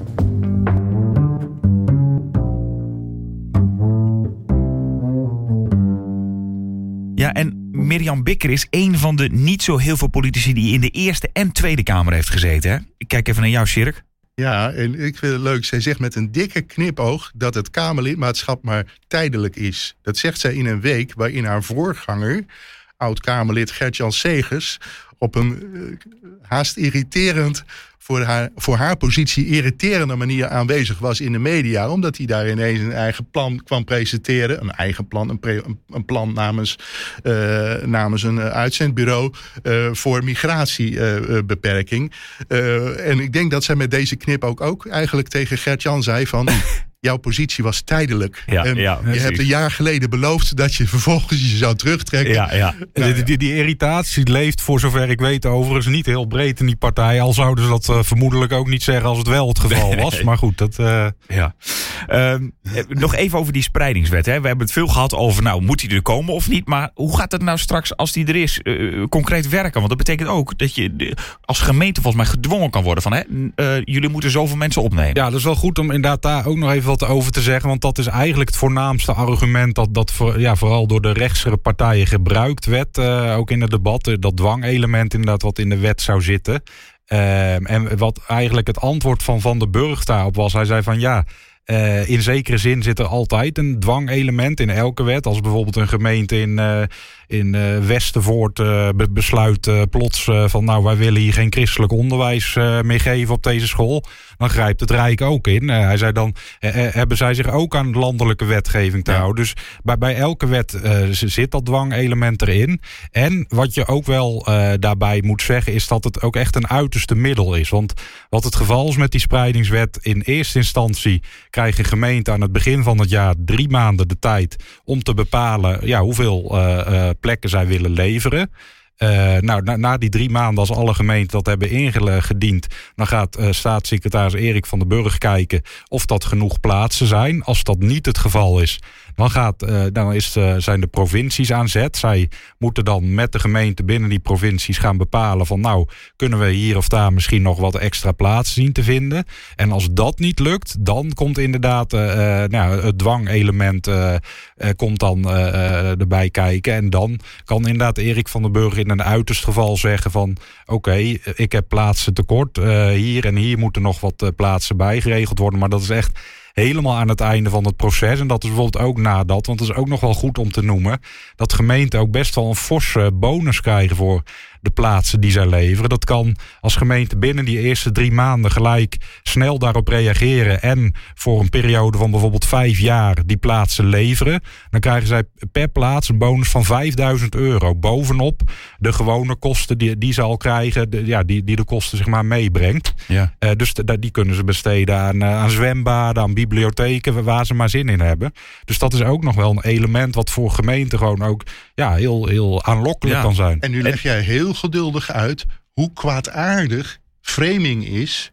Ja, en Mirjam Bikker is een van de niet zo heel veel politici die in de Eerste en Tweede Kamer heeft gezeten. Hè? Ik kijk even naar jou, Sjerk. Ja, en ik vind het leuk. Zij zegt met een dikke knipoog dat het Kamerlidmaatschap maar tijdelijk is. Dat zegt zij in een week waarin haar voorganger, oud-Kamerlid Gert-Jan Segers, op een uh, haast irriterend, voor haar, voor haar positie irriterende manier aanwezig was in de media. Omdat hij daar ineens een eigen plan kwam presenteren. Een eigen plan, een, pre, een, een plan namens, uh, namens een uh, uitzendbureau uh, voor migratiebeperking. Uh, uh, en ik denk dat zij met deze knip ook, ook eigenlijk tegen Gert-Jan zei van, jouw positie was tijdelijk. Ja, en ja, je hebt een jaar geleden beloofd dat je vervolgens je zou terugtrekken. Ja, ja. Nou, die, die, die irritatie leeft, voor zover ik weet, overigens niet heel breed in die partij. Al zouden ze dat uh, vermoedelijk ook niet zeggen als het wel het geval was. Nee. Maar goed, dat... Uh... Ja. Uh, nog even over die spreidingswet. Hè. We hebben het veel gehad over, nou, moet die er komen of niet? Maar hoe gaat het nou straks, als die er is, uh, concreet werken? Want dat betekent ook dat je als gemeente volgens mij gedwongen kan worden van, hè, uh, jullie moeten zoveel mensen opnemen. Ja, dat is wel goed om inderdaad daar ook nog even wat over te zeggen. Want dat is eigenlijk het voornaamste argument dat, dat voor, ja, vooral door de rechtsere partijen gebruikt werd. Uh, ook in het debat. Uh, dat dwangelement inderdaad wat in de wet zou zitten. Uh, en wat eigenlijk het antwoord van Van den Burg daarop was. Hij zei van ja, Uh, in zekere zin zit er altijd een dwangelement in elke wet. Als bijvoorbeeld een gemeente in, uh, in uh, Westervoort uh, be- besluit uh, plots uh, van nou, wij willen hier geen christelijk onderwijs uh, meer geven op deze school. Dan grijpt het Rijk ook in. Uh, hij zei dan, uh, hebben zij zich ook aan landelijke wetgeving te ja. houden. Dus bij, bij elke wet uh, zit dat dwangelement erin. En wat je ook wel uh, daarbij moet zeggen is dat het ook echt een uiterste middel is. Want wat het geval is met die spreidingswet, in eerste instantie krijgen gemeenten aan het begin van het jaar drie maanden de tijd om te bepalen ja, hoeveel uh, uh, plekken zij willen leveren. Uh, nou, na, na die drie maanden, als alle gemeenten dat hebben ingediend, dan gaat uh, staatssecretaris Erik van den Burg kijken of dat genoeg plaatsen zijn. Als dat niet het geval is, dan, gaat, uh, dan is de, zijn de provincies aan zet. Zij moeten dan met de gemeente binnen die provincies gaan bepalen van nou, kunnen we hier of daar misschien nog wat extra plaatsen zien te vinden. En als dat niet lukt, dan komt inderdaad uh, uh, nou, het dwangelement uh, uh, komt dan uh, uh, erbij kijken. En dan kan inderdaad Erik van den Burg in een uiterst geval zeggen van oké, okay, ik heb plaatsen tekort. Uh, hier en hier moeten nog wat uh, plaatsen bij geregeld worden. Maar dat is echt helemaal aan het einde van het proces. En dat is bijvoorbeeld ook nadat, want het is ook nog wel goed om te noemen, dat gemeenten ook best wel een forse bonus krijgen voor de plaatsen die zij leveren. Dat kan als gemeente binnen die eerste drie maanden gelijk snel daarop reageren en voor een periode van bijvoorbeeld vijf jaar die plaatsen leveren. Dan krijgen zij per plaats een bonus van vijfduizend euro. Bovenop de gewone kosten die, die ze al krijgen, de, ja, die, die de kosten zeg maar meebrengt. Ja. Uh, dus de, die kunnen ze besteden aan, uh, aan zwembaden, aan bibliotheken, waar ze maar zin in hebben. Dus dat is ook nog wel een element wat voor gemeenten gewoon ook ja, heel, heel aanlokkelijk ja. kan zijn. En nu leg jij heel geduldig uit hoe kwaadaardig framing is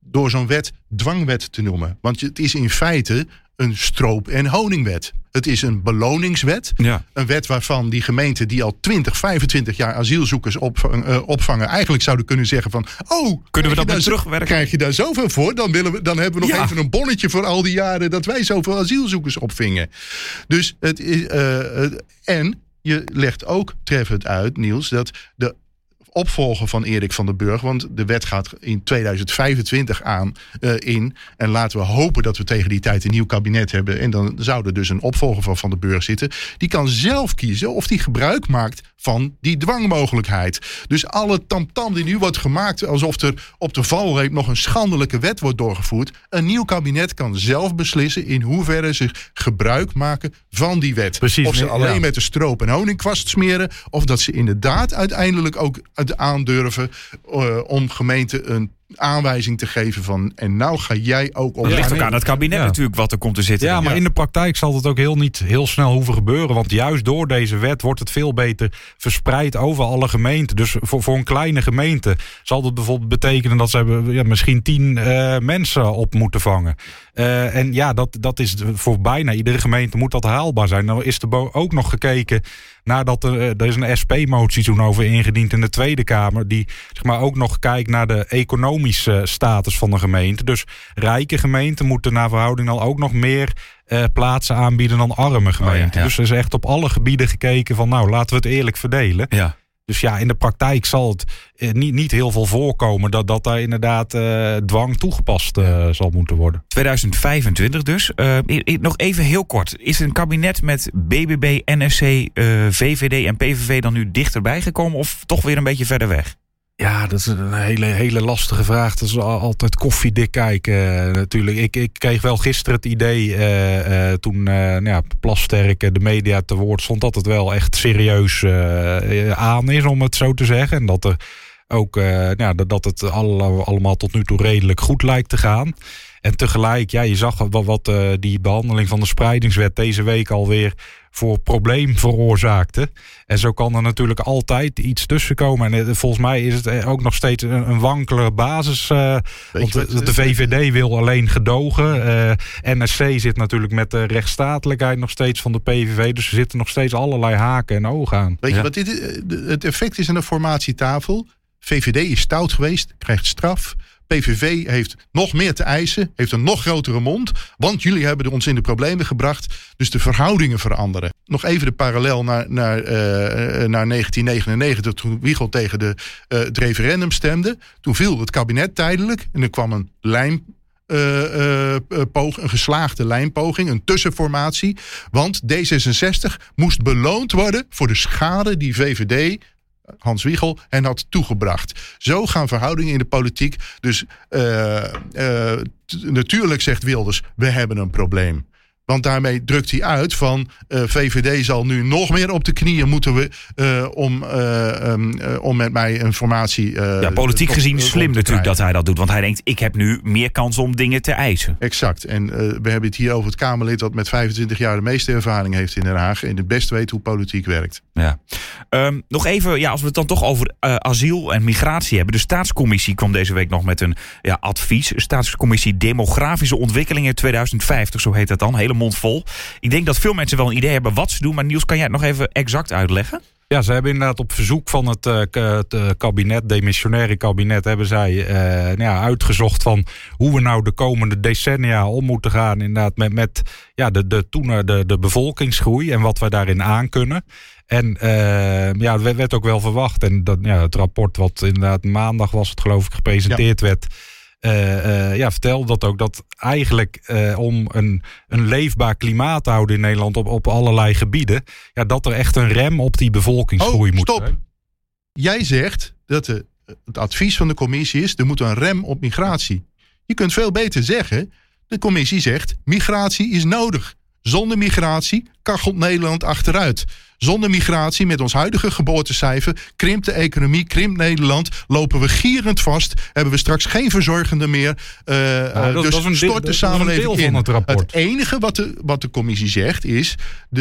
door zo'n wet dwangwet te noemen. Want het is in feite een stroop- en honingwet. Het is een beloningswet. Ja. Een wet waarvan die gemeenten die al twintig, vijfentwintig jaar asielzoekers opvang, uh, opvangen... eigenlijk zouden kunnen zeggen van... oh, kunnen we dat dan terugwerken? Krijg je daar zoveel voor? Dan, willen we, dan hebben we nog ja. even een bonnetje voor al die jaren... dat wij zoveel asielzoekers opvingen. Dus het is... Uh, en je legt ook treffend uit, Niels... dat de opvolger van Erik van den Burg... want de wet gaat in tweeduizend vijfentwintig aan uh, in... en laten we hopen dat we tegen die tijd een nieuw kabinet hebben... en dan zou er dus een opvolger van Van den Burg zitten... die kan zelf kiezen of die gebruik maakt van die dwangmogelijkheid. Dus alle tamtam die nu wordt gemaakt... alsof er op de valreep nog een schandelijke wet wordt doorgevoerd... een nieuw kabinet kan zelf beslissen... in hoeverre ze gebruik maken van die wet. Precies, of ze nee, alleen ja. met de stroop en honingkwast smeren... of dat ze inderdaad uiteindelijk ook aandurven... Uh, om gemeenten een aanwijzing te geven van... en nou ga jij ook op... Het ligt ook nee. aan het kabinet Ja. natuurlijk wat er komt te zitten. Ja, dan. maar Ja. in de praktijk zal het ook heel niet heel snel hoeven gebeuren. Want juist door deze wet wordt het veel beter verspreid over alle gemeenten. Dus voor, voor een kleine gemeente zal dat bijvoorbeeld betekenen... dat ze hebben, ja, misschien tien uh, mensen op moeten vangen. Uh, en ja, dat, dat is voor bijna iedere gemeente moet dat haalbaar zijn. Nou is er bo- ook nog gekeken... nadat er, er is een S P-motie toen over ingediend in de Tweede Kamer... die zeg maar, ook nog kijkt naar de economische status van de gemeente. Dus rijke gemeenten moeten naar verhouding al ook nog meer... Uh, plaatsen aanbieden dan arme gemeenten. Oh ja, ja. Dus er is echt op alle gebieden gekeken van... nou, laten we het eerlijk verdelen. Ja. Dus ja, in de praktijk zal het eh, niet, niet heel veel voorkomen... dat, dat daar inderdaad uh, dwang toegepast uh, zal moeten worden. tweeduizend vijfentwintig dus. Uh, nog even heel kort. Is een kabinet met B B B, N S C, uh, V V D en P V V dan nu dichterbij gekomen... of toch weer een beetje verder weg? Ja, dat is een hele, hele lastige vraag. Dat is altijd koffiedik kijken uh, natuurlijk. Ik, ik kreeg wel gisteren het idee uh, uh, toen uh, nou ja, Plasterk de media te woord stond... dat het wel echt serieus uh, aan is, om het zo te zeggen. En dat er ook uh, ja, dat het alle, allemaal tot nu toe redelijk goed lijkt te gaan. En tegelijk, ja, je zag wat, wat uh, die behandeling van de spreidingswet deze week alweer voor probleem veroorzaakte. En zo kan er natuurlijk altijd iets tussen komen. En uh, volgens mij is het ook nog steeds een, een wankele basis. Uh, want de, de V V D wil alleen gedogen. Uh, N S C zit natuurlijk met de rechtsstatelijkheid nog steeds van de P V V. Dus er zitten nog steeds allerlei haken en ogen aan. Weet je Ja. wat dit, het effect is aan de formatietafel? V V D is stout geweest, krijgt straf. P V V heeft nog meer te eisen, heeft een nog grotere mond. Want jullie hebben ons in de problemen gebracht. Dus de verhoudingen veranderen. Nog even de parallel naar, naar, uh, naar negentien negenennegentig... toen Wiegel tegen de, uh, het referendum stemde. Toen viel het kabinet tijdelijk en er kwam een lijm. Uh, uh, pog, een geslaagde lijnpoging, een tussenformatie. Want D zesenzestig moest beloond worden voor de schade die V V D... Hans Wiegel hen had toegebracht. Zo gaan verhoudingen in de politiek. Dus uh, uh, t- natuurlijk zegt Wilders, we hebben een probleem. Want daarmee drukt hij uit van uh, V V D zal nu nog meer op de knieën moeten we uh, om, uh, um, uh, om met mij een formatie... Uh, Ja, politiek op, gezien op slim te natuurlijk krijgen. dat hij dat doet. Want hij denkt, ik heb nu meer kans om dingen te eisen. Exact. En uh, we hebben het hier over het Kamerlid dat met vijfentwintig jaar de meeste ervaring heeft in Den Haag. En het best weet hoe politiek werkt. Ja. Um, nog even, ja, als we het dan toch over uh, asiel en migratie hebben. De Staatscommissie kwam deze week nog met een ja, advies. Staatscommissie Demografische Ontwikkelingen tweeduizend vijftig, zo heet dat dan. Hele mond vol. Ik denk dat veel mensen wel een idee hebben wat ze doen. Maar Niels, kan jij het nog even exact uitleggen? Ja, ze hebben inderdaad op verzoek van het, uh, het uh, kabinet, demissionaire kabinet, hebben zij uh, nou ja, uitgezocht van hoe we nou de komende decennia om moeten gaan inderdaad met, met ja, de, de, toen, de, de bevolkingsgroei en wat we daarin aan kunnen. En uh, ja, het werd ook wel verwacht. En dat, ja, het rapport wat inderdaad maandag was het geloof ik gepresenteerd ja. werd... Uh, uh, ja, vertelde dat ook, dat eigenlijk uh, om een, een leefbaar klimaat te houden in Nederland op, op allerlei gebieden, ja, dat er echt een rem op die bevolkingsgroei oh, moet stop. zijn. Jij zegt dat de, het advies van de commissie is, er moet een rem op migratie. Je kunt veel beter zeggen, de commissie zegt, migratie is nodig. Zonder migratie kachelt Nederland achteruit. Zonder migratie, met ons huidige geboortecijfer, krimpt de economie, krimpt Nederland, lopen we gierend vast, hebben we straks geen verzorgenden meer. Uh, ja, dat, dus dat is een stort deel, de samenleving dat is een deel in. van het rapport. Het enige wat de, wat de commissie zegt is, de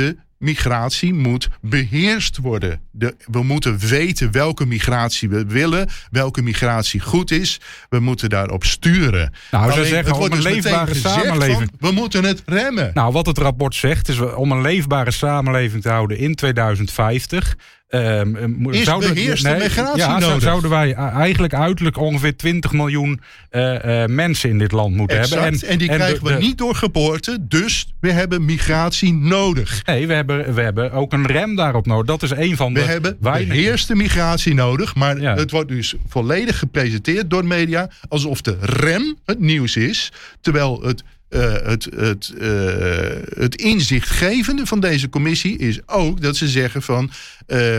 migratie moet beheerst worden. De, we moeten weten welke migratie we willen, welke migratie goed is. We moeten daarop sturen. Nou, ze Alleen, zeggen om een dus leefbare samenleving. Van, we moeten het remmen. Nou, wat het rapport zegt is om een leefbare samenleving te houden in tweeduizend vijftig. Um, is zouden, beheerste nee, migratie ja, nodig? Zouden wij eigenlijk uiterlijk ongeveer twintig miljoen uh, uh, mensen in dit land moeten exact. hebben. En, en die en krijgen de, we de, niet door geboorte, dus we hebben migratie nodig. Nee, we hebben, we hebben ook een rem daarop nodig. Dat is een van we de We hebben weinige... beheerste migratie nodig, maar ja. het wordt dus volledig gepresenteerd door de media alsof de rem het nieuws is, terwijl het Uh, het, het, uh, het inzichtgevende van deze commissie is ook dat ze zeggen van uh,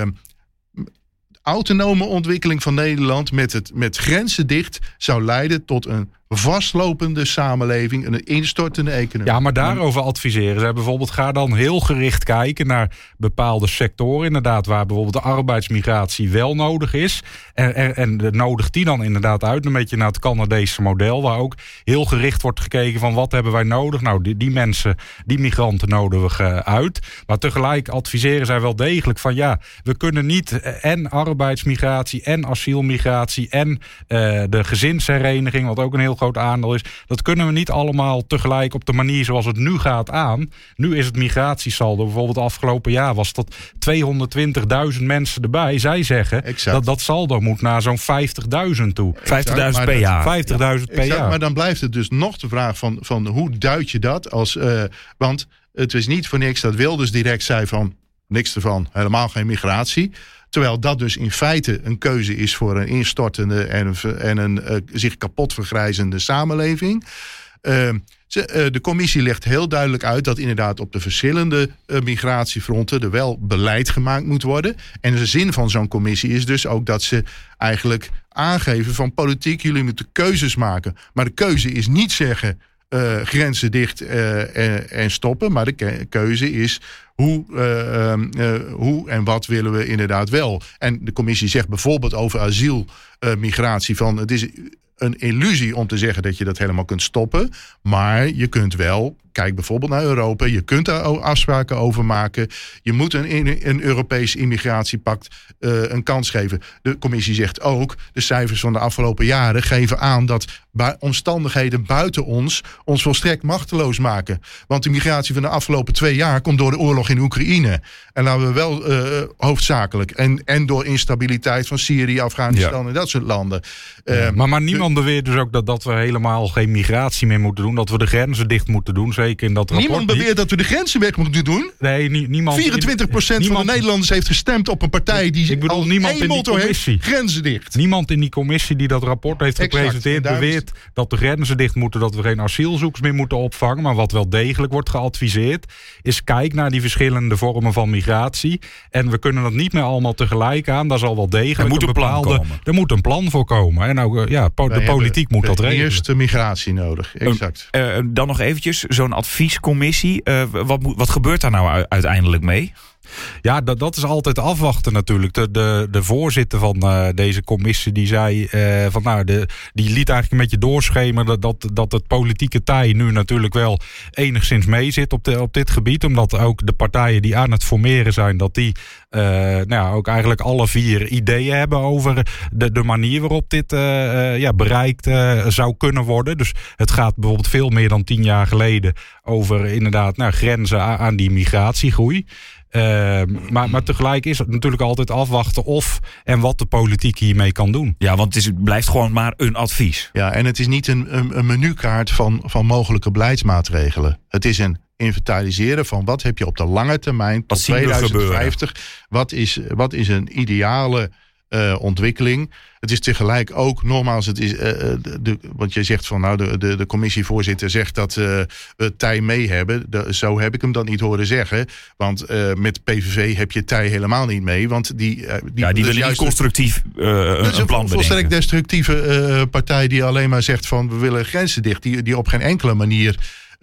autonome ontwikkeling van Nederland met, het, met grenzen dicht zou leiden tot een vastlopende samenleving, een instortende economie. Ja, maar daarover adviseren ze bijvoorbeeld, ga dan heel gericht kijken naar bepaalde sectoren, inderdaad, waar bijvoorbeeld de arbeidsmigratie wel nodig is. En, en, en nodig die dan inderdaad uit, een beetje naar het Canadese model, waar ook heel gericht wordt gekeken van wat hebben wij nodig. Nou, die, die mensen, die migranten nodigen we uit. Maar tegelijk adviseren zij wel degelijk van ja, we kunnen niet en arbeidsmigratie en asielmigratie en uh, de gezinshereniging, wat ook een heel groot aandeel is. Dat kunnen we niet allemaal tegelijk op de manier zoals het nu gaat aan. Nu is het migratiesaldo. Bijvoorbeeld afgelopen jaar was dat tweehonderdtwintigduizend mensen erbij. Zij zeggen exact. dat dat saldo moet naar zo'n vijftigduizend toe. vijftigduizend per jaar. vijftigduizend per exact, jaar. Maar dan blijft het dus nog de vraag van, van hoe duid je dat? Als, uh, want het is niet voor niks dat Wilders direct zei van niks ervan, helemaal geen migratie. Terwijl dat dus in feite een keuze is voor een instortende en een, en een uh, zich kapot vergrijzende samenleving. Uh, ze, uh, de commissie legt heel duidelijk uit dat inderdaad op de verschillende uh, migratiefronten er wel beleid gemaakt moet worden. En de zin van zo'n commissie is dus ook dat ze eigenlijk aangeven van politiek, jullie moeten keuzes maken. Maar de keuze is niet zeggen uh, grenzen dicht uh, en, en stoppen, maar de ke- keuze is Hoe, uh, uh, hoe en wat willen we inderdaad wel? En de commissie zegt bijvoorbeeld over asielmigratie uh, van het is een illusie om te zeggen dat je dat helemaal kunt stoppen. Maar je kunt wel, kijk bijvoorbeeld naar Europa, je kunt daar afspraken over maken. Je moet een, een Europees immigratiepact uh, een kans geven. De commissie zegt ook, de cijfers van de afgelopen jaren geven aan dat bu- omstandigheden buiten ons ons volstrekt machteloos maken. Want de migratie van de afgelopen twee jaar komt door de oorlog in Oekraïne. En laten we wel uh, hoofdzakelijk. En, en door instabiliteit van Syrië, Afghanistan ja. en dat soort landen. Uh, ja, maar, maar niemand beweert dus ook dat, dat we helemaal geen migratie meer moeten doen. Dat we de grenzen dicht moeten doen. Zeker in dat rapport. Niemand beweert niet. dat we de grenzen weg moeten doen. Nee, nie, niemand. vierentwintig procent niemand, van de Nederlanders heeft gestemd op een partij die ik bedoel, al niemand één motto heeft, grenzen dicht. Niemand in die commissie die dat rapport heeft exact. gepresenteerd beweert is... dat de grenzen dicht moeten, dat we geen asielzoekers meer moeten opvangen. Maar wat wel degelijk wordt geadviseerd is kijk naar die verschillende vormen van migratie. En we kunnen dat niet meer allemaal tegelijk aan. Daar zal wel degelijk er moet een, een bepaalde, plan komen. Er moet een plan voor komen. En nou, ja, po- de politiek moet dat regelen. Eerste migratie nodig, exact. Uh, uh, dan nog eventjes, zo'n adviescommissie. Uh, wat, wat gebeurt daar nou u- uiteindelijk mee? Ja, dat, dat is altijd afwachten natuurlijk. De, de, de voorzitter van uh, deze commissie die zei uh, van nou, de, die liet eigenlijk een beetje doorschemeren dat, dat, dat het politieke tij nu natuurlijk wel enigszins mee zit op, de, op dit gebied. Omdat ook de partijen die aan het formeren zijn, dat die uh, nou ja, ook eigenlijk alle vier ideeën hebben over de, de manier waarop dit uh, uh, ja, bereikt uh, zou kunnen worden. Dus het gaat bijvoorbeeld veel meer dan tien jaar geleden over inderdaad nou, grenzen aan, aan die migratiegroei. Uh, maar, maar tegelijk is het natuurlijk altijd afwachten of en wat de politiek hiermee kan doen. Ja, want het, is, het blijft gewoon maar een advies. Ja, en het is niet een, een, een menukaart van, van mogelijke beleidsmaatregelen. Het is een inventariseren van wat heb je op de lange termijn tot tweeduizend vijftig. Wat is, wat is een ideale uh, ontwikkeling? Het is tegelijk ook, nogmaals, het is, uh, de, de, want je zegt van nou, de, de, de commissievoorzitter zegt dat uh, we tij mee hebben. De, zo heb ik hem dat niet horen zeggen. Want uh, met P V V heb je tij helemaal niet mee. Want die, uh, die, ja, die willen juist niet constructief uh, een, een plan bedenken. Volstrekt destructieve uh, partij die alleen maar zegt van we willen grenzen dicht. Die, die op geen enkele manier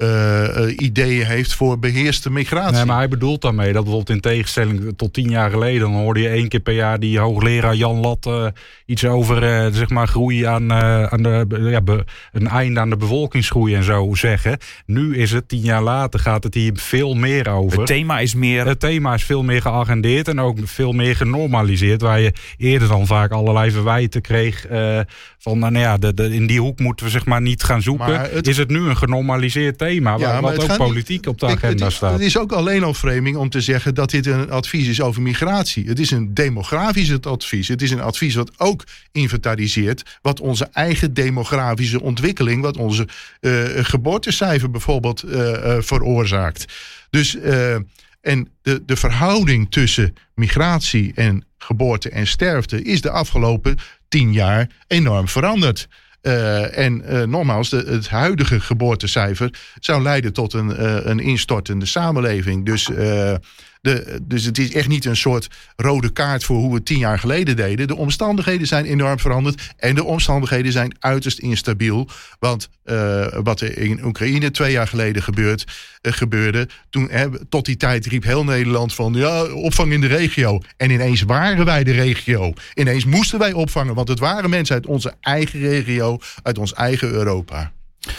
uh, uh, ideeën heeft voor beheerste migratie. Nee, maar hij bedoelt daarmee dat bijvoorbeeld in tegenstelling tot tien jaar geleden, dan hoorde je één keer per jaar die hoogleraar Jan Lat uh, iets over uh, zeg maar groei aan, uh, aan de, ja, be, een einde aan de bevolkingsgroei en zo zeggen. Nu is het, tien jaar later, gaat het hier veel meer over. Het thema is meer... Het thema is veel meer geagendeerd en ook veel meer genormaliseerd, waar je eerder dan vaak allerlei verwijten kreeg uh, van, nou ja, de, de, in die hoek moeten we zeg maar niet gaan zoeken. Het, is het nu een genormaliseerd thema, ja, wat ook politiek niet, op de agenda het, het, staat. Het is ook alleen al framing om te zeggen dat dit een advies is over migratie. Het is een demografisch advies. Het is een advies wat ook inventariseert wat onze eigen demografische ontwikkeling, wat onze uh, geboortecijfer bijvoorbeeld uh, uh, veroorzaakt. Dus uh, en de, de verhouding tussen migratie en geboorte en sterfte is de afgelopen tien jaar enorm veranderd. Uh, en uh, nogmaals, de, het huidige geboortecijfer zou leiden tot een, uh, een instortende samenleving. Dus, uh, de, dus het is echt niet een soort rode kaart voor hoe we het tien jaar geleden deden. De omstandigheden zijn enorm veranderd en de omstandigheden zijn uiterst instabiel. Want uh, wat er in Oekraïne twee jaar geleden gebeurt, uh, gebeurde, toen, hè, tot die tijd riep heel Nederland van ja, opvang in de regio. En ineens waren wij de regio. Ineens moesten wij opvangen, want het waren mensen uit onze eigen regio, uit ons eigen Europa.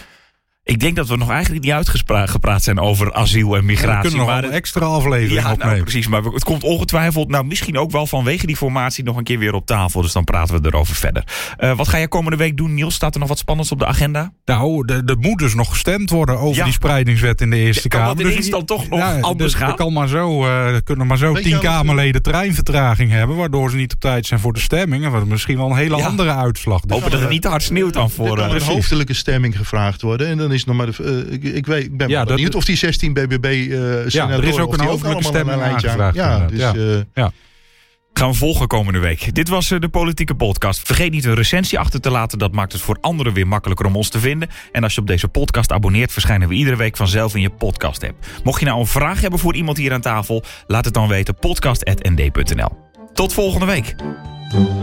Ik denk dat we nog eigenlijk niet uitgepraat zijn over asiel en migratie. Ja, we kunnen nog maar een extra aflevering ja, opnemen. Nou, precies, maar het komt ongetwijfeld, nou misschien ook wel vanwege die formatie nog een keer weer op tafel. Dus dan praten we erover verder. Uh, wat ga jij komende week doen, Niels? Staat er nog wat spannends op de agenda? Nou, er moet dus nog gestemd worden over ja. die spreidingswet in de Eerste ja, Kamer. Kan dat ineens dan toch nog ja, anders dus, gaan? Er kan maar zo, uh, kunnen maar zo Weet tien Kamerleden treinvertraging hebben, waardoor ze niet op tijd zijn voor de stemming. En misschien wel een hele ja. andere uitslag. Dus hopen dat het niet te hard sneeuwt dan voor. Er kan een hoofdelijke stemming gevraagd worden. En dan is nog maar de... Uh, Ik, ik, weet, ik ben ja, benieuwd dat, of die zestien B B B uh, ja, er is ook een hoofdelijke stemming aangevraagd. Ja, dus, ja. Uh, ja. Gaan we volgen komende week. Dit was uh, de Politieke Podcast. Vergeet niet een recensie achter te laten. Dat maakt het voor anderen weer makkelijker om ons te vinden. En als je op deze podcast abonneert, verschijnen we iedere week vanzelf in je podcast-app. Mocht je nou een vraag hebben voor iemand hier aan tafel, laat het dan weten. podcast at n d punt n l. Tot volgende week.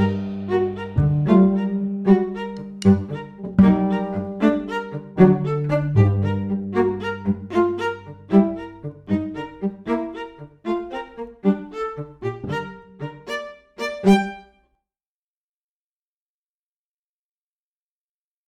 Thank you.